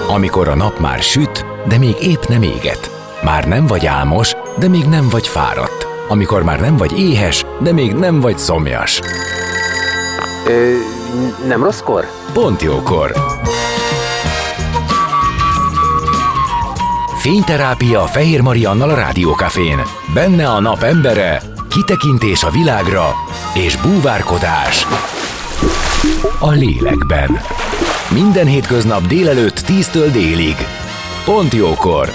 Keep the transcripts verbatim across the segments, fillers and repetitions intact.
Amikor a nap már süt, de még épp nem éget. Már nem vagy álmos, de még nem vagy fáradt. Amikor már nem vagy éhes, de még nem vagy szomjas. Ö, nem rosszkor? Pont jókor. Fényterápia Fehér Mariannal a Rádiókafén. Benne a nap embere, kitekintés a világra és búvárkodás a lélekben. Minden hétköznap délelőtt tíztől délig. Pont jókor.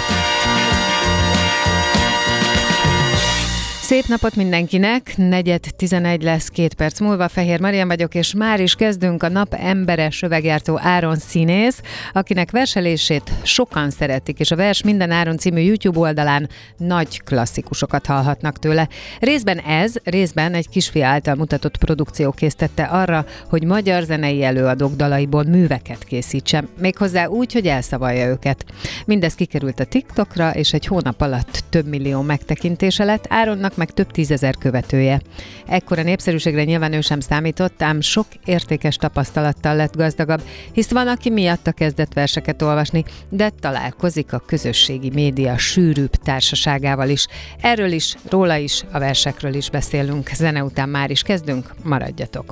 Szép napot mindenkinek, negyed tizenegy lesz két perc múlva, Fehér Marian vagyok, és már is kezdünk. A nap embere szöveggyártó Áron színész, akinek verselését sokan szeretik, és a Vers Minden Áron című YouTube oldalán nagy klasszikusokat hallhatnak tőle. Részben ez, részben egy kisfia által mutatott produkció késztette arra, hogy magyar zenei előadók dalaiból műveket készítsen, méghozzá úgy, hogy elszavalja őket. Mindez kikerült a TikTokra, és egy hónap alatt több millió megtekintése lett, Áronnak meg több tízezer követője. Ekkora népszerűségre nyilván ő sem számított, ám sok értékes tapasztalattal lett gazdagabb, hisz van, aki miatta kezdett verseket olvasni, de találkozik a közösségi média sűrűbb társaságával is. Erről is, róla is, a versekről is beszélünk. Zene után már is kezdünk, maradjatok!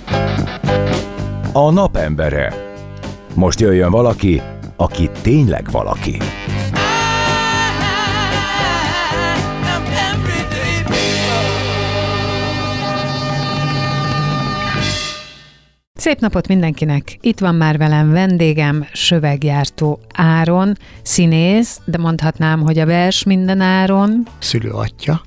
A nap embere. Most jöjjön valaki, aki tényleg valaki. Szép napot mindenkinek! Itt van már velem vendégem, szöveggyártó Áron, színész, de mondhatnám, hogy a Vers Minden Áron. Szülőatya.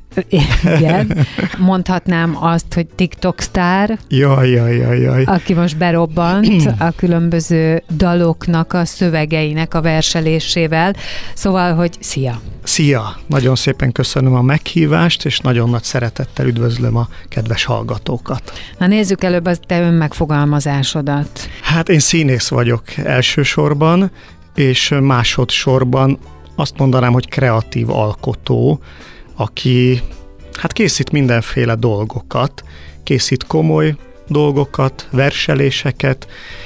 Igen. Mondhatnám azt, hogy TikTok sztár. Jaj, jaj, jaj, jaj. Aki most berobbant a különböző daloknak, a szövegeinek a verselésével. Szóval, hogy szia! Szia! Nagyon szépen köszönöm a meghívást, és nagyon nagy szeretettel üdvözlöm a kedves hallgatókat. Na nézzük előbb a te önmegfogalmazásodat. Hát én színész vagyok elsősorban, és másodszorban azt mondanám, hogy kreatív alkotó, aki hát készít mindenféle dolgokat, készít komoly dolgokat, verseléseket,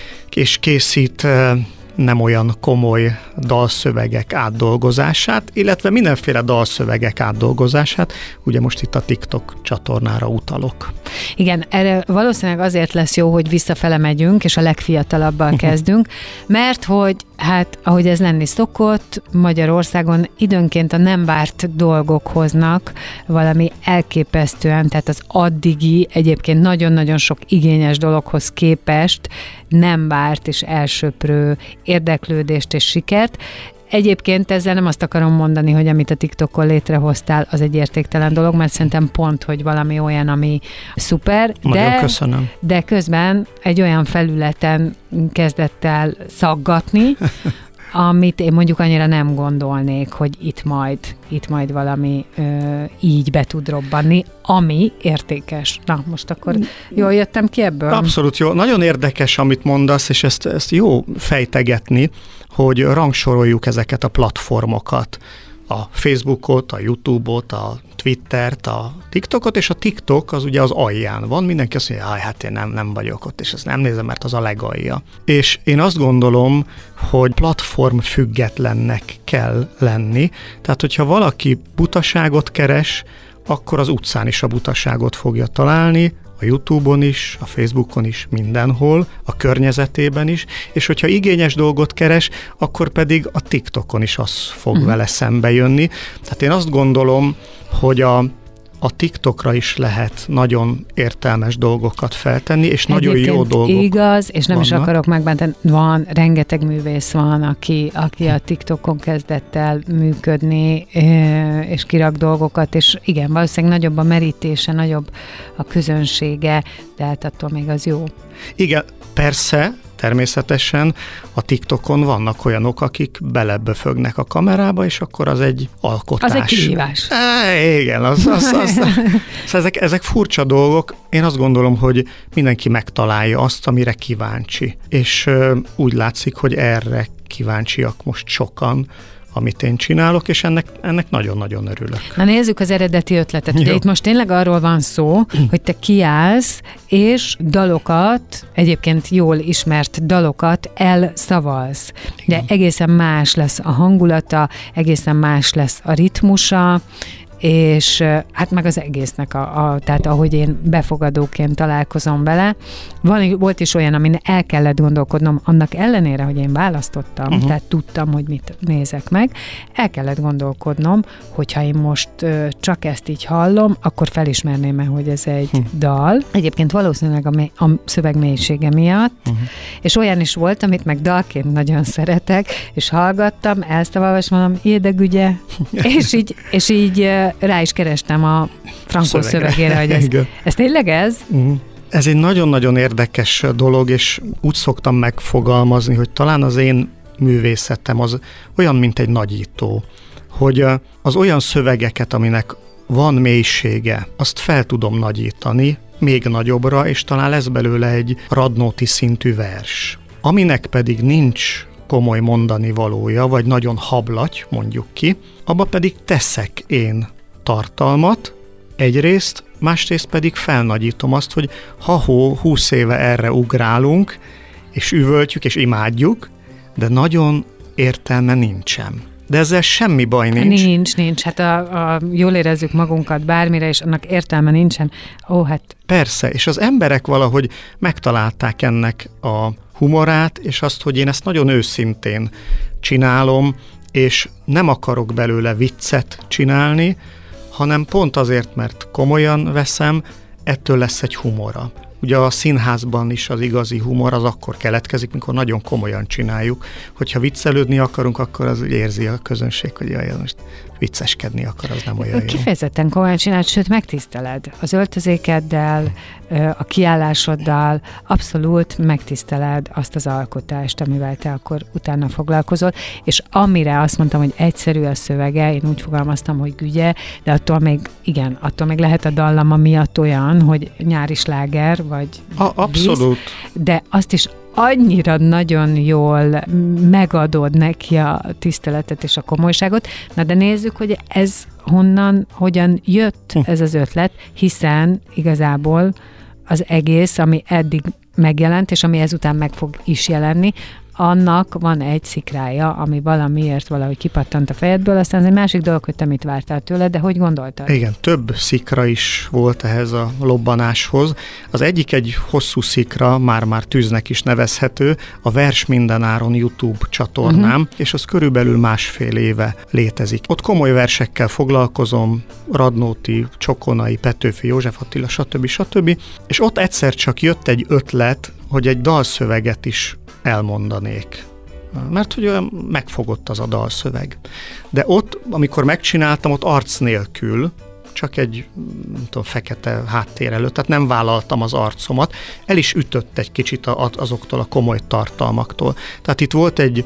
és készít nem olyan komoly dalszövegek átdolgozását, illetve mindenféle dalszövegek átdolgozását, ugye most itt a TikTok csatornára utalok. Igen, erre valószínűleg azért lesz jó, hogy visszafele megyünk, és a legfiatalabbal kezdünk, mert hogy hát, ahogy ez lenni szokott, Magyarországon időnként a nem várt dolgok hoznak valami elképesztően, tehát az addigi, egyébként nagyon-nagyon sok igényes dologhoz képest nem várt és elsöprő érdeklődést és sikert. Egyébként ezzel nem azt akarom mondani, hogy amit a TikTokon létrehoztál, az egy értéktelen dolog, mert szerintem pont, hogy valami olyan, ami szuper. Nagyon de, köszönöm. De közben egy olyan felületen kezdett el szaggatni, amit én mondjuk annyira nem gondolnék, hogy itt majd, itt majd valami ö, így be tud robbanni, ami értékes. Na, most akkor jól jöttem ki ebből? Abszolút jó. Nagyon érdekes, amit mondasz, és ezt, ezt jó fejtegetni, hogy rangsoroljuk ezeket a platformokat. A Facebookot, a YouTube-ot, a Twittert, a TikTokot, és a TikTok az ugye az alján van. Mindenki azt mondja, hogy hát én nem, nem vagyok ott, és ezt nem nézem, mert az a legalja. És én azt gondolom, hogy platform függetlennek kell lenni. Tehát, hogyha valaki butaságot keres, akkor az utcán is a butaságot fogja találni, a YouTube-on is, a Facebookon is, mindenhol, a környezetében is, és hogyha igényes dolgot keres, akkor pedig a TikTokon is az fog uh-huh. vele szembe jönni. Tehát én azt gondolom, hogy a, a TikTokra is lehet nagyon értelmes dolgokat feltenni, és Egyébként nagyon jó dolgok igaz, és nem vannak. is akarok megbántani, van, rengeteg művész van, aki, aki a TikTokon kezdett el működni, és kirak dolgokat, és igen, valószínűleg nagyobb a merítése, nagyobb a közönsége, de hát attól még az jó. Igen, persze, természetesen a TikTokon vannak olyanok, akik beleböfögnek a kamerába, és akkor az egy alkotás. Az egy kihívás. É, igen, az, az, az, az, az, ezek, ezek furcsa dolgok. Én azt gondolom, hogy mindenki megtalálja azt, amire kíváncsi. És ö, úgy látszik, hogy erre kíváncsiak most sokan amit én csinálok, és ennek, ennek nagyon-nagyon örülök. Na nézzük az eredeti ötletet. Jó. Ugye itt most tényleg arról van szó, hogy te kiállsz, és dalokat, egyébként jól ismert dalokat elszavalsz. De egészen más lesz a hangulata, egészen más lesz a ritmusa, és hát meg az egésznek, a, a, tehát ahogy én befogadóként találkozom vele. Van, volt is olyan, amin el kellett gondolkodnom, annak ellenére, hogy én választottam, uh-huh. tehát tudtam, hogy mit nézek meg, el kellett gondolkodnom, hogyha én most uh, csak ezt így hallom, akkor felismerném-e, hogy ez egy uh-huh. dal. Egyébként valószínűleg a, mély, a szöveg mélysége miatt, uh-huh. és olyan is volt, amit meg dalként nagyon szeretek, és hallgattam, elszavalva, és mondom, érdegügye, és így, és így rá is kerestem a frankó szövegére, hogy ez, ez tényleg ez? Uh-huh. Ez egy nagyon-nagyon érdekes dolog, és úgy szoktam megfogalmazni, hogy talán az én művészetem az olyan, mint egy nagyító, hogy az olyan szövegeket, aminek van mélysége, azt fel tudom nagyítani még nagyobbra, és talán lesz belőle egy Radnóti szintű vers. Aminek pedig nincs komoly mondani valója, vagy nagyon hablaty, mondjuk ki, abba pedig teszek én tartalmat egyrészt, másrészt pedig felnagyítom azt, hogy ha-hó, húsz éve erre ugrálunk, és üvöltjük, és imádjuk, de nagyon értelme nincsen. De ezzel semmi baj nincs. Nincs, nincs. Hát a, a, jól érezzük magunkat bármire, és annak értelme nincsen. Ó, hát... Persze, és az emberek valahogy megtalálták ennek a humorát, és azt, hogy én ezt nagyon őszintén csinálom, és nem akarok belőle viccet csinálni, hanem pont azért, mert komolyan veszem, ettől lesz egy humora. Ugye a színházban is az igazi humor az akkor keletkezik, mikor nagyon komolyan csináljuk. Hogyha viccelődni akarunk, akkor az érzi a közönség, hogy jaj, most vicceskedni akar, az nem olyan jó. Kifejezetten komolyan csináld, sőt megtiszteled. Az öltözékeddel, a kiállásoddal abszolút megtiszteled azt az alkotást, amivel te akkor utána foglalkozol, és amire azt mondtam, hogy egyszerű a szövege, én úgy fogalmaztam, hogy gügye, de attól még, igen, attól még lehet a dallama miatt olyan, hogy nyári sláger, vagy a, abszolút. Víz, de azt is annyira nagyon jól megadod neki a tiszteletet és a komolyságot. Na de nézzük, hogy ez honnan, hogyan jött ez az ötlet, hiszen igazából az egész, ami eddig megjelent, és ami ezután meg fog is jelenni, annak van egy szikrája, ami valamiért valahogy kipattant a fejedből, aztán ez egy másik dolog, hogy te mit vártál tőle, de hogy gondoltad? Igen, több szikra is volt ehhez a lobbanáshoz. Az egyik egy hosszú szikra, már-már tűznek is nevezhető, a Vers mindenáron YouTube csatornám, uh-huh. és az körülbelül másfél éve létezik. Ott komoly versekkel foglalkozom, Radnóti, Csokonai, Petőfi, József Attila, stb. stb. És ott egyszer csak jött egy ötlet, hogy egy dalszöveget is elmondanék. Mert hogy olyan megfogott az a dalszöveg. De ott, amikor megcsináltam, ott arc nélkül, csak egy nem tudom, fekete háttér előtt, tehát nem vállaltam az arcomat, el is ütött egy kicsit azoktól a komoly tartalmaktól. Tehát itt volt egy,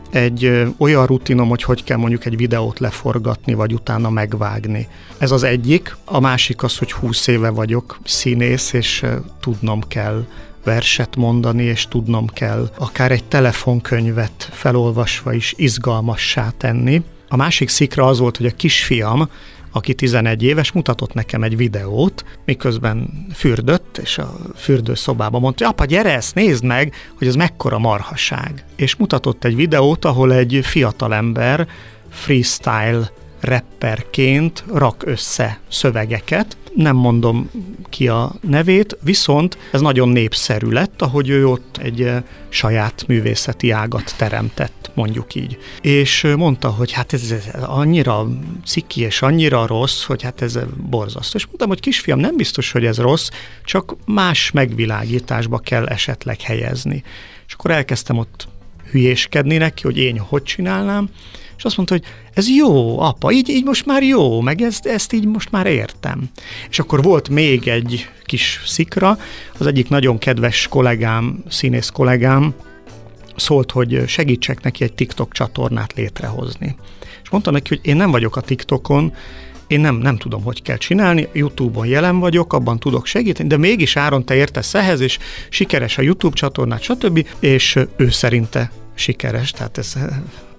egy olyan rutinom, hogy hogy kell mondjuk egy videót leforgatni, vagy utána megvágni. Ez az egyik. A másik az, hogy húsz éve vagyok színész, és tudnom kell verset mondani, és tudnom kell akár egy telefonkönyvet felolvasva is izgalmassá tenni. A másik szikra az volt, hogy a kisfiam, aki tizenegy éves, mutatott nekem egy videót, miközben fürdött, és a fürdőszobában mondta, apa, gyere, ezt nézd meg, hogy ez mekkora marhaság. És mutatott egy videót, ahol egy fiatalember freestyle rapperként rak össze szövegeket. Nem mondom ki a nevét, viszont ez nagyon népszerű lett, ahogy ő ott egy saját művészeti ágat teremtett, mondjuk így. És mondta, hogy hát ez, ez annyira ciki és annyira rossz, hogy hát ez borzasztó. És mondtam, hogy kisfiam, nem biztos, hogy ez rossz, csak más megvilágításba kell esetleg helyezni. És akkor elkezdtem ott hülyéskedni neki, hogy én hogy csinálnám, és azt mondta, hogy ez jó, apa, így, így most már jó, meg ezt, ezt így most már értem. És akkor volt még egy kis szikra, az egyik nagyon kedves kollégám, színész kollégám szólt, hogy segítsek neki egy TikTok csatornát létrehozni. És mondtam neki, hogy én nem vagyok a TikTokon, én nem, nem tudom, hogy kell csinálni, YouTube-on jelen vagyok, abban tudok segíteni, de mégis Áron, te értesz ehhez, és sikeres a YouTube csatornát, stb. És ő szerinte sikeres, tehát ez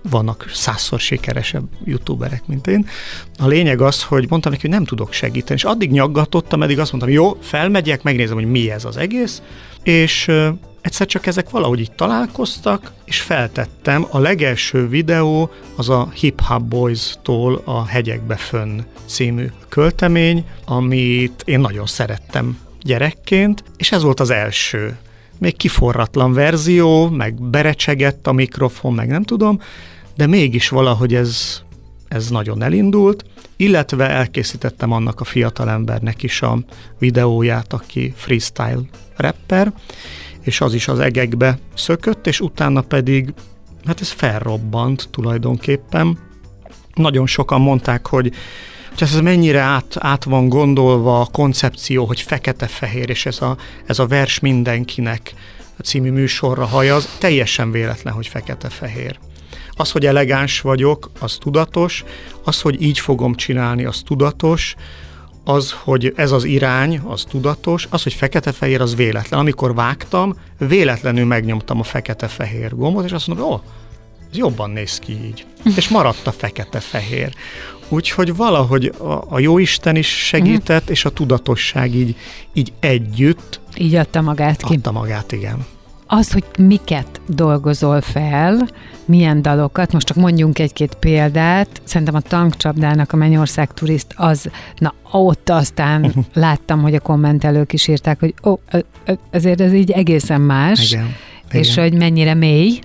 vannak százszor sikeresebb youtuberek, mint én. A lényeg az, hogy mondtam neki, hogy nem tudok segíteni, és addig nyaggatottam, eddig azt mondtam, jó, felmegyek, megnézem, hogy mi ez az egész, és uh, egyszer csak ezek valahogy így találkoztak, és feltettem. A legelső videó az a Hip Hop Boys-tól a Hegyekbe Fönn című költemény, amit én nagyon szerettem gyerekként, és ez volt az első. Még kiforratlan verzió, meg berecsegett a mikrofon, meg nem tudom, de mégis valahogy ez, ez nagyon elindult, illetve elkészítettem annak a fiatalembernek is a videóját, aki freestyle rapper, és az is az egekbe szökött, és utána pedig, hát ez felrobbant tulajdonképpen. Nagyon sokan mondták, hogy hogy ez mennyire át, át van gondolva a koncepció, hogy fekete-fehér, és ez a, ez a vers mindenkinek című műsorra hajaz, teljesen véletlen, hogy fekete-fehér. Az, hogy elegáns vagyok, az tudatos, az, hogy így fogom csinálni, az tudatos, az, hogy ez az irány, az tudatos, az, hogy fekete-fehér, az véletlen. Amikor vágtam, véletlenül megnyomtam a fekete-fehér gombot, és azt mondom, ó, oh, ez jobban néz ki így. És maradt a fekete-fehér. Úgyhogy valahogy a, a jóisten is segített, uh-huh. és a tudatosság így, így együtt. Így adta magát ki. Adta magát, igen. Az, hogy miket dolgozol fel, milyen dalokat, most csak mondjunk egy-két példát, szerintem a Tankcsapdának a Mennyország Turiszt az, na ott aztán láttam, hogy a kommentelők is írták, hogy ó, azért ez így egészen más, igen, és igen. hogy mennyire mély.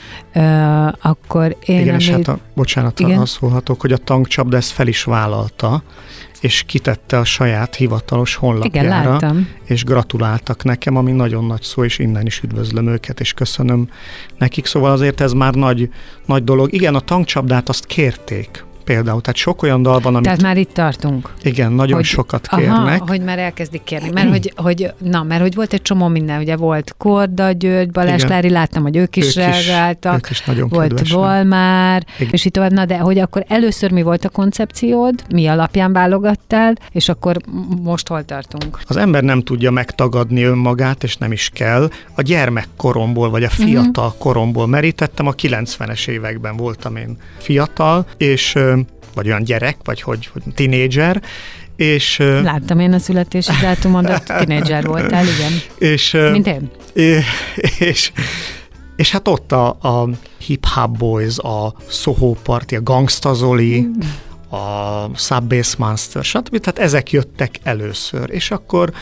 Uh, akkor én... Igen, és amit... hát a, bocsánat, igen? azt szólhatok, hogy a Tankcsapda ezt fel is vállalta, és kitette a saját hivatalos honlapjára, igen, és gratuláltak nekem, ami nagyon nagy szó, és innen is üdvözlöm őket, és köszönöm nekik, szóval azért ez már nagy, nagy dolog. Igen, a Tankcsapdát azt kérték, például, tehát sok olyan dal van, amit... Tehát már itt tartunk. Igen, nagyon hogy, sokat kérnek. Aha, hogy már elkezdik kérni, mert hogy, hogy, na, mert hogy volt egy csomó minden, ugye volt Korda György, Balázs Lári, láttam, hogy ők is ők reagáltak, is, ők is nagyon volt kedvesen. Volmár, igen. És itt tovább, na de hogy akkor először mi volt a koncepciód, mi alapján válogattál, és akkor most hol tartunk? Az ember nem tudja megtagadni önmagát, és nem is kell. A gyermekkoromból, vagy a fiatal uh-huh. koromból merítettem, a kilencvenes években voltam én fiatal, és vagy olyan gyerek, vagy hogy, hogy tinédzser, és... Láttam én a születési dátumodat, tinédzser voltál, igen. És, mint én. És, és, és hát ott a, a Hip Hop Boys, a Soho Party, a Gangsta Zoli, mm. a Sub-Bass Monster, stb. Tehát ezek jöttek először, és akkor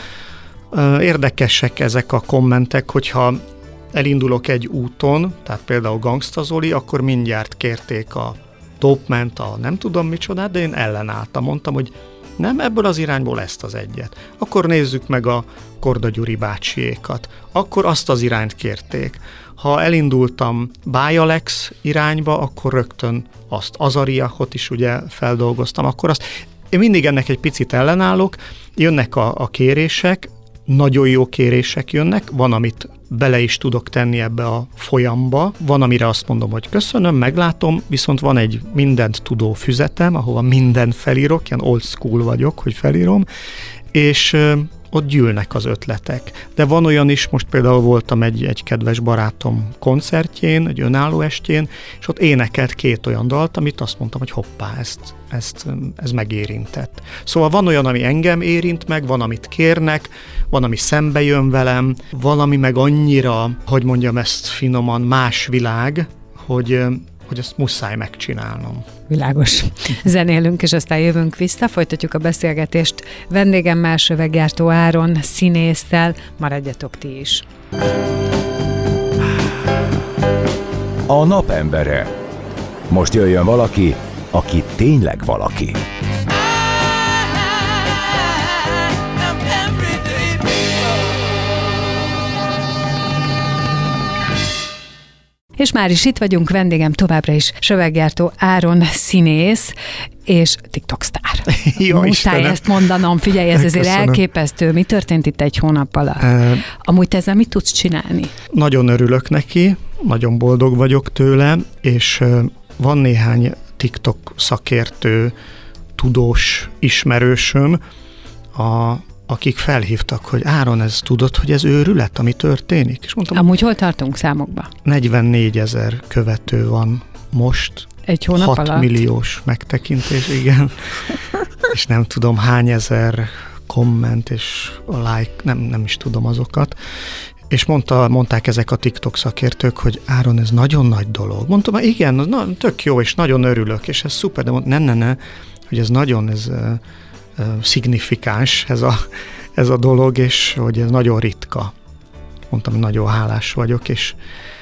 uh, érdekesek ezek a kommentek, hogyha elindulok egy úton, tehát például Gangsta Zoli, akkor mindjárt kérték a Dopement, a nem tudom micsodát, de én ellenálltam, mondtam, hogy nem, ebből az irányból ezt az egyet. Akkor nézzük meg a Korda Gyuri bácsiékat. Akkor azt az irányt kérték. Ha elindultam Báj Alex irányba, akkor rögtön azt, Azariahot is ugye feldolgoztam, akkor azt. Én mindig ennek egy picit ellenállok, jönnek a, a kérések, nagyon jó kérések jönnek, van, amit bele is tudok tenni ebbe a folyamba, van, amire azt mondom, hogy köszönöm, meglátom, viszont van egy mindent tudó füzetem, ahova mindent felírok, ilyen old school vagyok, hogy felírom, és ö, ott gyűlnek az ötletek. De van olyan is, most például voltam egy, egy kedves barátom koncertjén, egy önálló estjén, és ott énekelt két olyan dalt, amit azt mondtam, hogy hoppá, ezt, ezt, ez megérintett. Szóval van olyan, ami engem érint meg, van, amit kérnek, van, ami szembe jön velem, valami meg annyira, hogy mondjam ezt finoman, más világ, hogy, hogy ezt muszáj megcsinálnom. Világos. Zenélünk, és aztán jövünk vissza, folytatjuk a beszélgetést vendégemmel, Söveggyártó Áron színésszel. Maradjatok ti is. A napembere. Most jöjjön valaki, aki tényleg valaki. És már is itt vagyunk, vendégem továbbra is Söveggyártó Áron színész és TikTok sztár. Jó, muszáj ezt mondanom, figyelj, ez azért elképesztő. Mi történt itt egy hónap alatt? Uh, Amúgy te ezzel mit tudsz csinálni? Nagyon örülök neki, nagyon boldog vagyok tőle, és uh, van néhány TikTok szakértő, tudós ismerősöm, a akik felhívtak, hogy Áron, ez tudod, hogy ez őrület, ami történik? És mondtam, amúgy hol tartunk számokba? negyvennégy ezer követő van most Egy hónap hat alatt? milliós megtekintés, igen. És nem tudom hány ezer komment és a like, nem, nem is tudom azokat. És mondta, mondták ezek a TikTok szakértők, hogy Áron, ez nagyon nagy dolog. Mondtam, igen, na, tök jó, és nagyon örülök, és ez szuper, de mondta, ne, ne, ne, hogy ez nagyon ez, uh, uh, szignifikáns ez a, ez a dolog, és hogy ez nagyon ritka. Mondtam, hogy nagyon hálás vagyok, és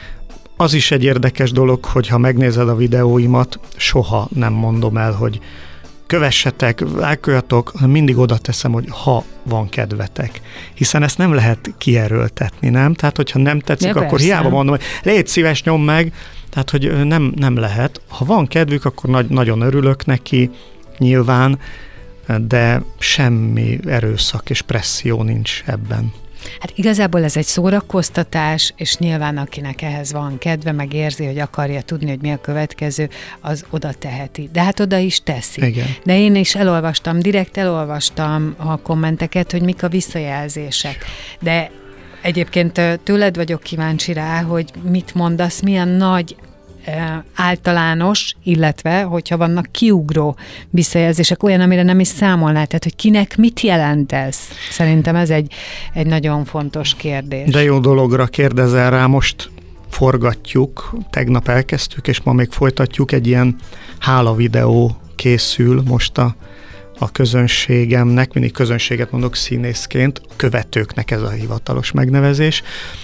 az is egy érdekes dolog, hogy ha megnézed a videóimat, soha nem mondom el, hogy kövessetek, lájkoljatok, hanem mindig oda teszem, hogy ha van kedvetek. Hiszen ezt nem lehet kierőltetni, nem? Tehát, hogyha nem tetszik, ja, akkor persze. hiába mondom, hogy légy szíves, nyom meg. Tehát, hogy nem, nem lehet. Ha van kedvük, akkor nagy, nagyon örülök neki, nyilván, de semmi erőszak és presszió nincs ebben. Hát igazából ez egy szórakoztatás, és nyilván akinek ehhez van kedve, meg érzi, hogy akarja tudni, hogy mi a következő, az oda teheti. De hát oda is teszi. Igen. De én is elolvastam, direkt elolvastam a kommenteket, hogy mik a visszajelzések. De egyébként tőled vagyok kíváncsi rá, hogy mit mondasz, milyen nagy általános, illetve hogyha vannak kiugró visszajelzések, olyan, amire nem is számolnál, tehát hogy kinek mit jelent ez? Szerintem ez egy, egy nagyon fontos kérdés. De jó dologra kérdezel rá, most forgatjuk, tegnap elkezdtük, és ma még folytatjuk, egy ilyen hála videó készül most a, a közönségemnek, mindig közönséget mondok színészként, követőknek ez a hivatalos megnevezés,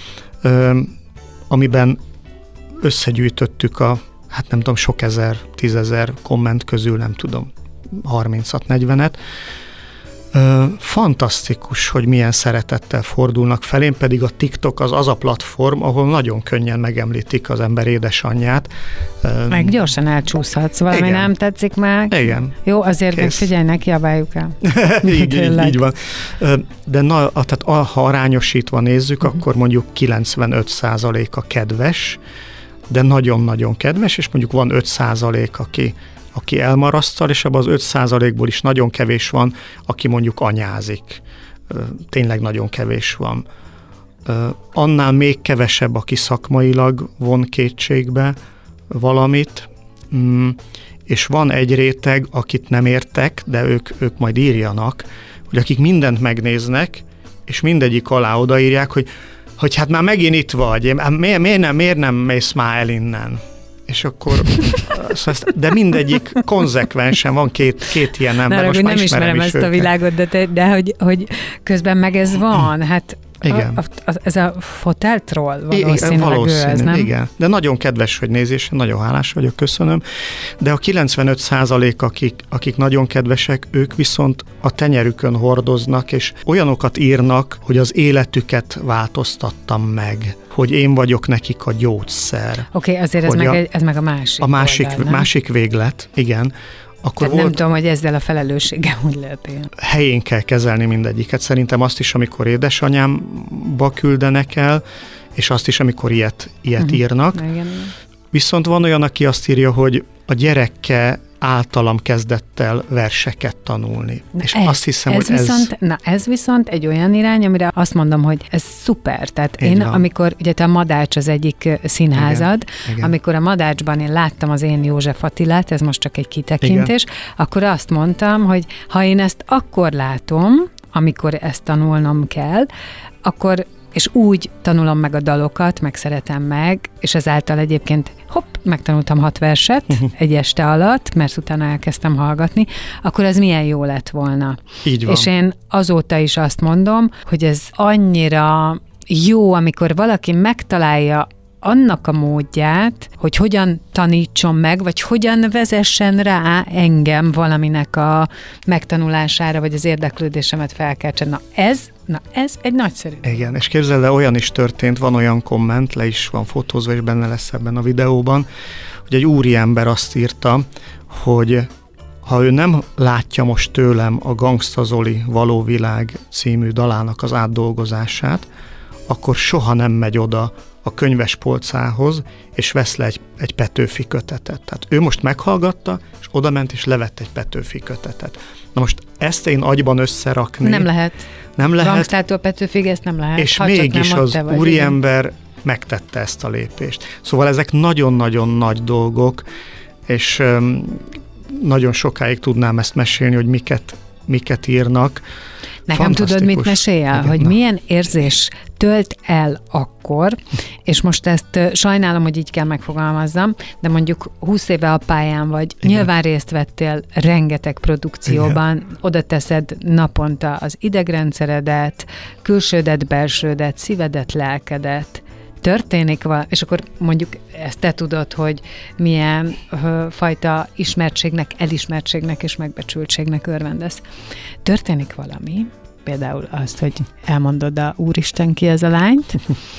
ö, amiben összegyűjtöttük a, hát nem tudom, sok ezer, tízezer komment közül, nem tudom, harmincat, negyvenet. Ö, fantasztikus, hogy milyen szeretettel fordulnak felém, pedig a TikTok az az a platform, ahol nagyon könnyen megemlítik az ember édesanyját. Ö, meg gyorsan elcsúszhatsz, valami igen. nem tetszik meg. Igen. Jó, azért Kész. meg figyelj, ne kiabáljuk el. így, így, így van. De na, tehát ha arányosítva nézzük, uh-huh. akkor mondjuk kilencvenöt százalék a kedves, de nagyon-nagyon kedves, és mondjuk van öt százalék, aki, aki elmarasztal, és abban az öt százalékból is nagyon kevés van, aki mondjuk anyázik. Tényleg nagyon kevés van. Annál még kevesebb, aki szakmailag von kétségbe valamit, és van egy réteg, akit nem értek, de ők, ők majd írjanak, hogy akik mindent megnéznek, és mindegyik alá odaírják, hogy hogy hát már megint itt vagy, miért, miért, nem, miért nem mész már el innen? És akkor, de mindegyik konzekvensen, van két, két ilyen ember, Na, most nem már ismerem ezt őket. a világot, de, te, de hogy, hogy közben meg ez van, hát igen. A, a, ez a foteltról valószínűleg valószínű, ő, ez, nem? Igen. De nagyon kedves, hogy nézés, nagyon hálás vagyok, köszönöm. De a kilencvenöt százalék, akik, akik nagyon kedvesek, ők viszont a tenyerükön hordoznak, és olyanokat írnak, hogy az életüket változtattam meg, hogy én vagyok nekik a gyógyszer. Oké, okay, azért ez meg, a, ez meg a másik A másik, oldal, másik véglet, igen. Akkor volt, nem tudom, hogy ezzel a felelősséggel úgy lehet ilyen. Helyén kell kezelni mindegyiket. Szerintem azt is, amikor édesanyámba küldenek el, és azt is, amikor ilyet, ilyet uh-huh. írnak. Igen. Viszont van olyan, aki azt írja, hogy a gyereke általam kezdett el verseket tanulni. Na és ez, azt hiszem, ez hogy viszont, ez... Na ez viszont egy olyan irány, amire azt mondom, hogy ez szuper. Tehát Így én, van. amikor, ugye te a Madács az egyik színházad, Igen, igen. amikor a Madácsban én láttam az én József Attilát, ez most csak egy kitekintés, igen. akkor azt mondtam, hogy ha én ezt akkor látom, amikor ezt tanulnom kell, akkor és úgy tanulom meg a dalokat, meg szeretem meg, és ezáltal egyébként hopp, megtanultam hat verset egy este alatt, mert utána elkezdtem hallgatni, akkor az milyen jó lett volna. Így van. És én azóta is azt mondom, hogy ez annyira jó, amikor valaki megtalálja annak a módját, hogy hogyan tanítson meg, vagy hogyan vezessen rá engem valaminek a megtanulására, vagy az érdeklődésemet felkeltsen. Na ez, na ez egy nagyszerű. Igen, és képzeld el, olyan is történt, van olyan komment, le is van fotózva, és benne lesz ebben a videóban, hogy egy úriember azt írta, hogy ha ő nem látja most tőlem a Gangsta Zoli Való Világ című dalának az átdolgozását, akkor soha nem megy oda a könyvespolcához, és vesz le egy, egy Petőfi kötetet. Tehát ő most meghallgatta, és odament, és levett egy Petőfi kötetet. Na most ezt én agyban összerakni... Nem lehet. Nem lehet. Gangstától Petőfig ezt nem lehet. És ha mégis nem az vagy, úriember megtette ezt a lépést. Szóval ezek nagyon-nagyon nagy dolgok, és nagyon sokáig tudnám ezt mesélni, hogy miket, miket írnak. Nekem tudod, mit meséljel? Hogy na. Milyen érzés tölt el akkor, és most ezt sajnálom, hogy így kell megfogalmazzam, de mondjuk húsz éve a pályán vagy, igen. Nyilván részt vettél rengeteg produkcióban, igen. Oda teszed naponta az idegrendszeredet, külsődet, belsődet, szívedet, lelkedet. Történik valami, és akkor mondjuk ezt te tudod, hogy milyen ö, fajta ismertségnek, elismertségnek és megbecsültségnek örvendesz. Történik valami, például azt, hogy elmondod a Úristen ki ez a lányt,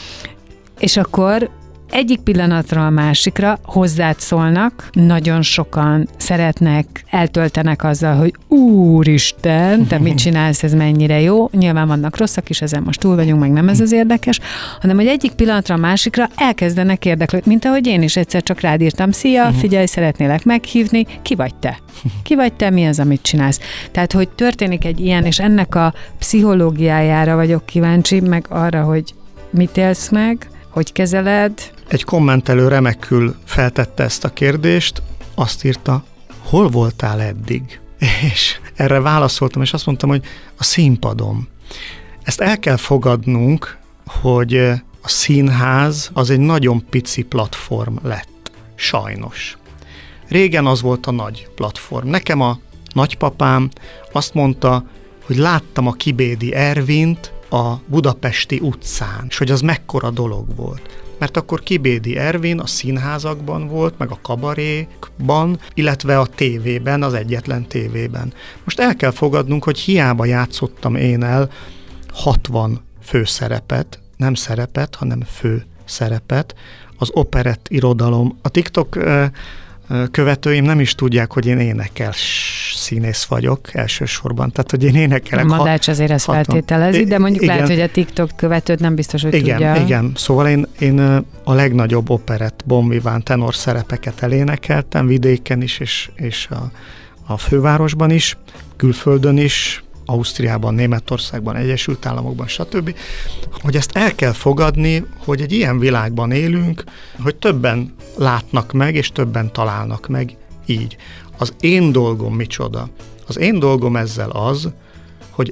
és akkor egyik pillanatról a másikra hozzád szólnak, nagyon sokan szeretnek, eltöltenek azzal, hogy Úristen, te mit csinálsz, ez mennyire jó. Nyilván vannak rosszak is, ezen most túl vagyunk, meg nem ez az érdekes, hanem hogy egyik pillanatra a másikra elkezdenek érdeklődni, mint ahogy én is egyszer csak rád írtam, szia, figyelj, szeretnélek meghívni, ki vagy te? Ki vagy te, mi az, amit csinálsz? Tehát, hogy történik egy ilyen, és ennek a pszichológiájára vagyok kíváncsi, meg arra, hogy mit élsz meg, hogy kezeled. Egy kommentelő remekül feltette ezt a kérdést, azt írta, hol voltál eddig? És erre válaszoltam, és azt mondtam, hogy a színpadon. Ezt el kell fogadnunk, hogy a színház az egy nagyon pici platform lett. Sajnos. Régen az volt a nagy platform. Nekem a nagypapám azt mondta, hogy láttam a Kibédi Ervint a budapesti utcán, és hogy az mekkora dolog volt. Mert akkor Kibédi Ervin a színházakban volt, meg a kabarékban, illetve a tévében, az egyetlen tévében. Most el kell fogadnunk, hogy hiába játszottam én el hatvan főszerepet, nem szerepet, hanem főszerepet, az operett irodalom. A TikTok követőim nem is tudják, hogy én énekel színész vagyok elsősorban, tehát hogy én énekelek. Madács azért ezt feltételezi, de mondjuk igen. Lehet, hogy a TikTok követőt nem biztos, hogy igen, tudja. Igen, szóval én, én a legnagyobb operett Bon Vivant tenor szerepeket elénekeltem, vidéken is, és, és a, a fővárosban is, külföldön is, Ausztriában, Németországban, Egyesült Államokban, stb. Hogy ezt el kell fogadni, hogy egy ilyen világban élünk, hogy többen látnak meg, és többen találnak meg így. Az én dolgom micsoda? Az én dolgom ezzel az, hogy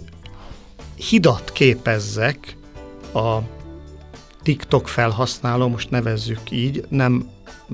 hidat képezzek a TikTok felhasználó, most nevezzük így, nem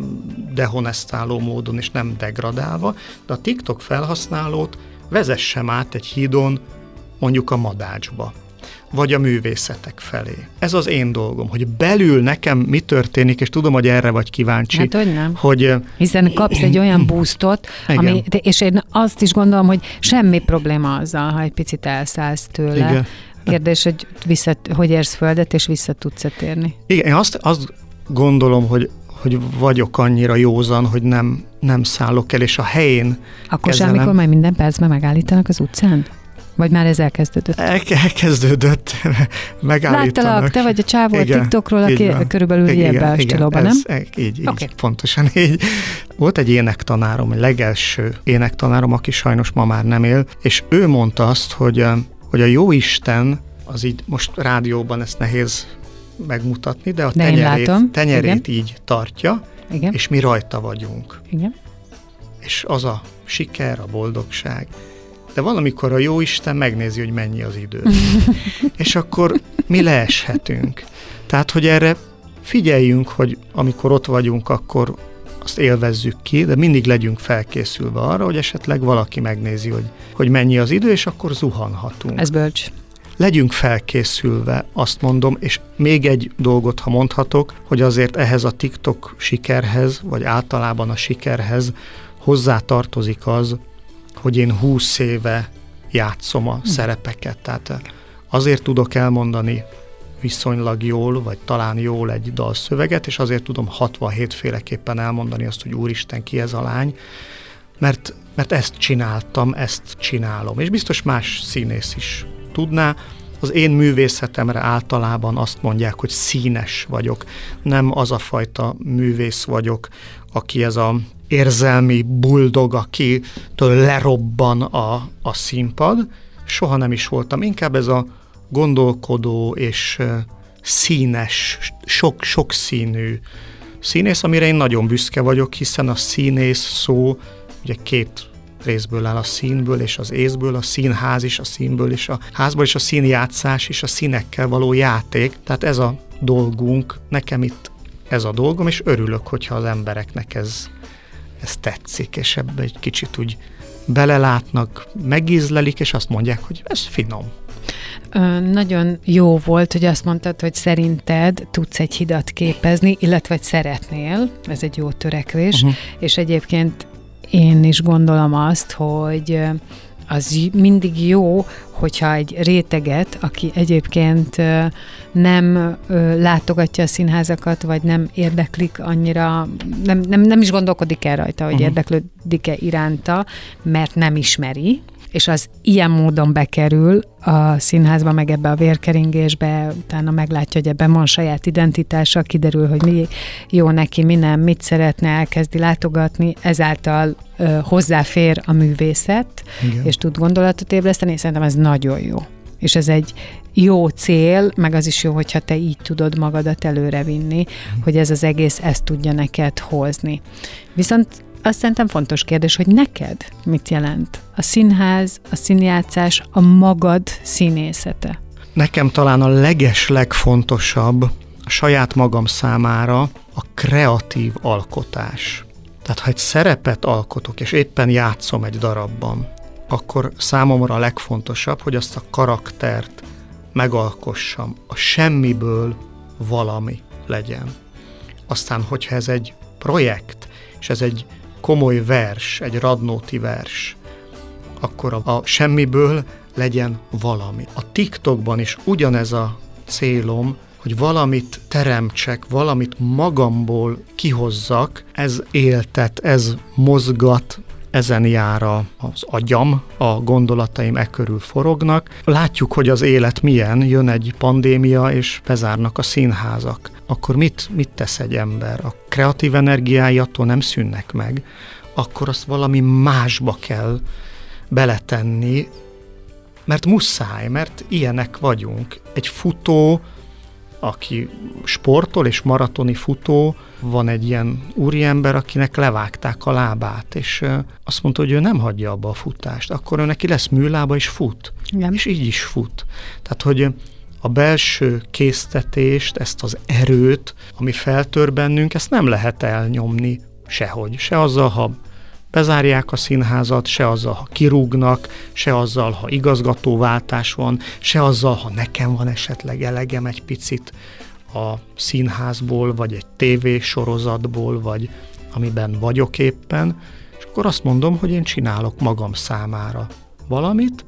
dehonestáló módon és nem degradálva, de a TikTok felhasználót vezessem át egy hídon mondjuk a Madácsba, vagy a művészetek felé. Ez az én dolgom, hogy belül nekem mi történik, és tudom, hogy erre vagy kíváncsi. Hát, hogy nem. Hogy, hiszen kapsz egy olyan boostot, ami, és én azt is gondolom, hogy semmi probléma azzal, ha egy picit elszállsz tőle. Igen. Kérdés, hogy, vissza, hogy érsz földet, és vissza tudsz térni. Igen, én azt, azt gondolom, hogy hogy vagyok annyira józan, hogy nem, nem szállok el, és a helyén Akkor kezelem. semmikor majd minden percben megállítanak az utcán? Vagy már ez elkezdődött? El, elkezdődött, megállítanak. Láttalak, te vagy a csávó a TikTokról, aki körülbelül ebbe a stílóban, nem? Ez, így, így okay. Pontosan így. Volt egy énektanárom, egy legelső énektanárom, aki sajnos ma már nem él, és ő mondta azt, hogy, hogy a Jóisten, az így most rádióban ezt nehéz megmutatni, de a de tenyerét, tenyerét így tartja, igen. És mi rajta vagyunk. Igen. És az a siker, a boldogság. De valamikor a Jóisten megnézi, hogy mennyi az idő. És akkor mi leeshetünk. Tehát, hogy erre figyeljünk, hogy amikor ott vagyunk, akkor azt élvezzük ki, de mindig legyünk felkészülve arra, hogy esetleg valaki megnézi, hogy, hogy mennyi az idő, és akkor zuhanhatunk. Ez bölcs. Legyünk felkészülve, azt mondom, és még egy dolgot, ha mondhatok, hogy azért ehhez a TikTok sikerhez, vagy általában a sikerhez hozzátartozik az, hogy én húsz éve játszom a szerepeket. Tehát azért tudok elmondani viszonylag jól, vagy talán jól egy dalszöveget, és azért tudom hatvanhét féleképpen elmondani azt, hogy Úristen, ki ez a lány, mert, mert ezt csináltam, ezt csinálom. És biztos más színész is tudná. Az én művészetemre általában azt mondják, hogy színes vagyok. Nem az a fajta művész vagyok, aki ez a érzelmi buldog, akitől lerobban a, a színpad. Soha nem is voltam. Inkább ez a gondolkodó és színes, sok, sokszínű színész, amire én nagyon büszke vagyok, hiszen a színész szó ugye két részből áll, a színből és az észből, a színház is a színből és a házból, és a színjátszás is a színekkel való játék. Tehát ez a dolgunk, nekem itt ez a dolgom, és örülök, hogyha az embereknek ez, ez tetszik, és ebbe egy kicsit úgy belelátnak, megízlelik, és azt mondják, hogy ez finom. Ö, nagyon jó volt, hogy azt mondtad, hogy szerinted tudsz egy hidat képezni, illetve hogy szeretnél, ez egy jó törekvés, uh-huh. és egyébként én is gondolom azt, hogy az mindig jó, hogyha egy réteget, aki egyébként nem látogatja a színházakat, vagy nem érdeklik annyira, nem, nem, nem is gondolkodik el rajta, hogy uh-huh. érdeklődik-e iránta, mert nem ismeri, és az ilyen módon bekerül a színházba, meg ebbe a vérkeringésbe, utána meglátja, hogy ebben van saját identitása, kiderül, hogy mi jó neki, mi nem, mit szeretne, elkezdi látogatni, ezáltal ö, hozzáfér a művészet, igen. és tud gondolatot ébreszteni, és szerintem ez nagyon jó. És ez egy jó cél, meg az is jó, hogyha te így tudod magadat előrevinni, mm. hogy ez az egész ezt tudja neked hozni. Viszont azt szerintem fontos kérdés, hogy neked mit jelent a színház, a színjátszás, a magad színészete? Nekem talán a leges legfontosabb a saját magam számára a kreatív alkotás. Tehát ha egy szerepet alkotok, és éppen játszom egy darabban, akkor számomra a legfontosabb, hogy azt a karaktert megalkossam, a semmiből valami legyen. Aztán, hogyha ez egy projekt, és ez egy komoly vers, egy Radnóti vers, akkor a, a semmiből legyen valami. A TikTokban is ugyanez a célom, hogy valamit teremtsek, valamit magamból kihozzak, ez éltet, ez mozgat, ezen jár az agyam, a gondolataim e körül forognak. Látjuk, hogy az élet milyen, jön egy pandémia, és bezárnak a színházak. Akkor mit, mit tesz egy ember? A kreatív energiái attól nem szűnnek meg, akkor azt valami másba kell beletenni, mert muszáj, mert ilyenek vagyunk. Egy futó, aki sportol és maratoni futó, van egy ilyen úriember, akinek levágták a lábát, és azt mondta, hogy ő nem hagyja abba a futást, akkor ő neki lesz műlába, és fut. Igen. És így is fut. Tehát, hogy a belső késztetést, ezt az erőt, ami feltör bennünk, ezt nem lehet elnyomni sehogy. Se azzal, ha bezárják a színházat, se azzal, ha kirúgnak, se azzal, ha igazgatóváltás van, se azzal, ha nekem van esetleg elegem egy picit a színházból, vagy egy tévésorozatból, vagy amiben vagyok éppen, és akkor azt mondom, hogy én csinálok magam számára valamit,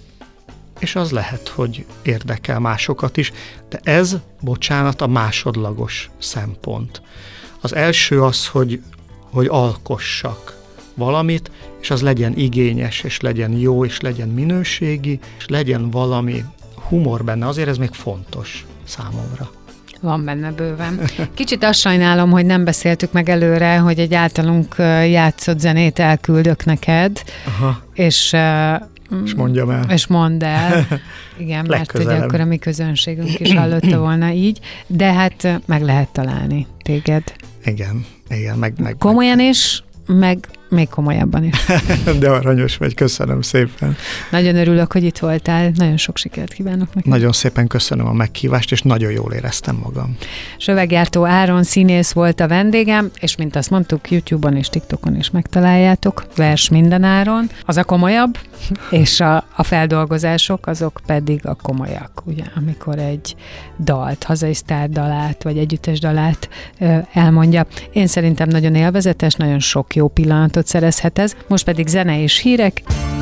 és az lehet, hogy érdekel másokat is, de ez, bocsánat, a másodlagos szempont. Az első az, hogy, hogy alkossak valamit, és az legyen igényes, és legyen jó, és legyen minőségi, és legyen valami humor benne, azért ez még fontos számomra. Van benne bőven. Kicsit azt sajnálom, hogy nem beszéltük meg előre, hogy egy általunk játszott zenét elküldök neked, aha. és... És mondjam el. És mondd el. Igen, mert ugye akkor a mi közönségünk is hallotta volna így, de hát meg lehet találni téged. Igen, igen. Meg, meg, komolyan is, meg még komolyabban is. De aranyos vagy, köszönöm szépen. Nagyon örülök, hogy itt voltál, nagyon sok sikert kívánok neked. Nagyon szépen köszönöm a meghívást, és nagyon jól éreztem magam. Söveggyártó Áron színész volt a vendégem, és mint azt mondtuk, YouTube-on és TikTokon is megtaláljátok, vers mindenáron. Az a komolyabb, és a, a feldolgozások, azok pedig a komolyak, ugye, amikor egy dalt, hazai sztár dalát, vagy együttes dalát ö, elmondja. Én szerintem nagyon élvezetes, nagyon sok jó pillanatot szerezhet ez. Most pedig zene és hírek.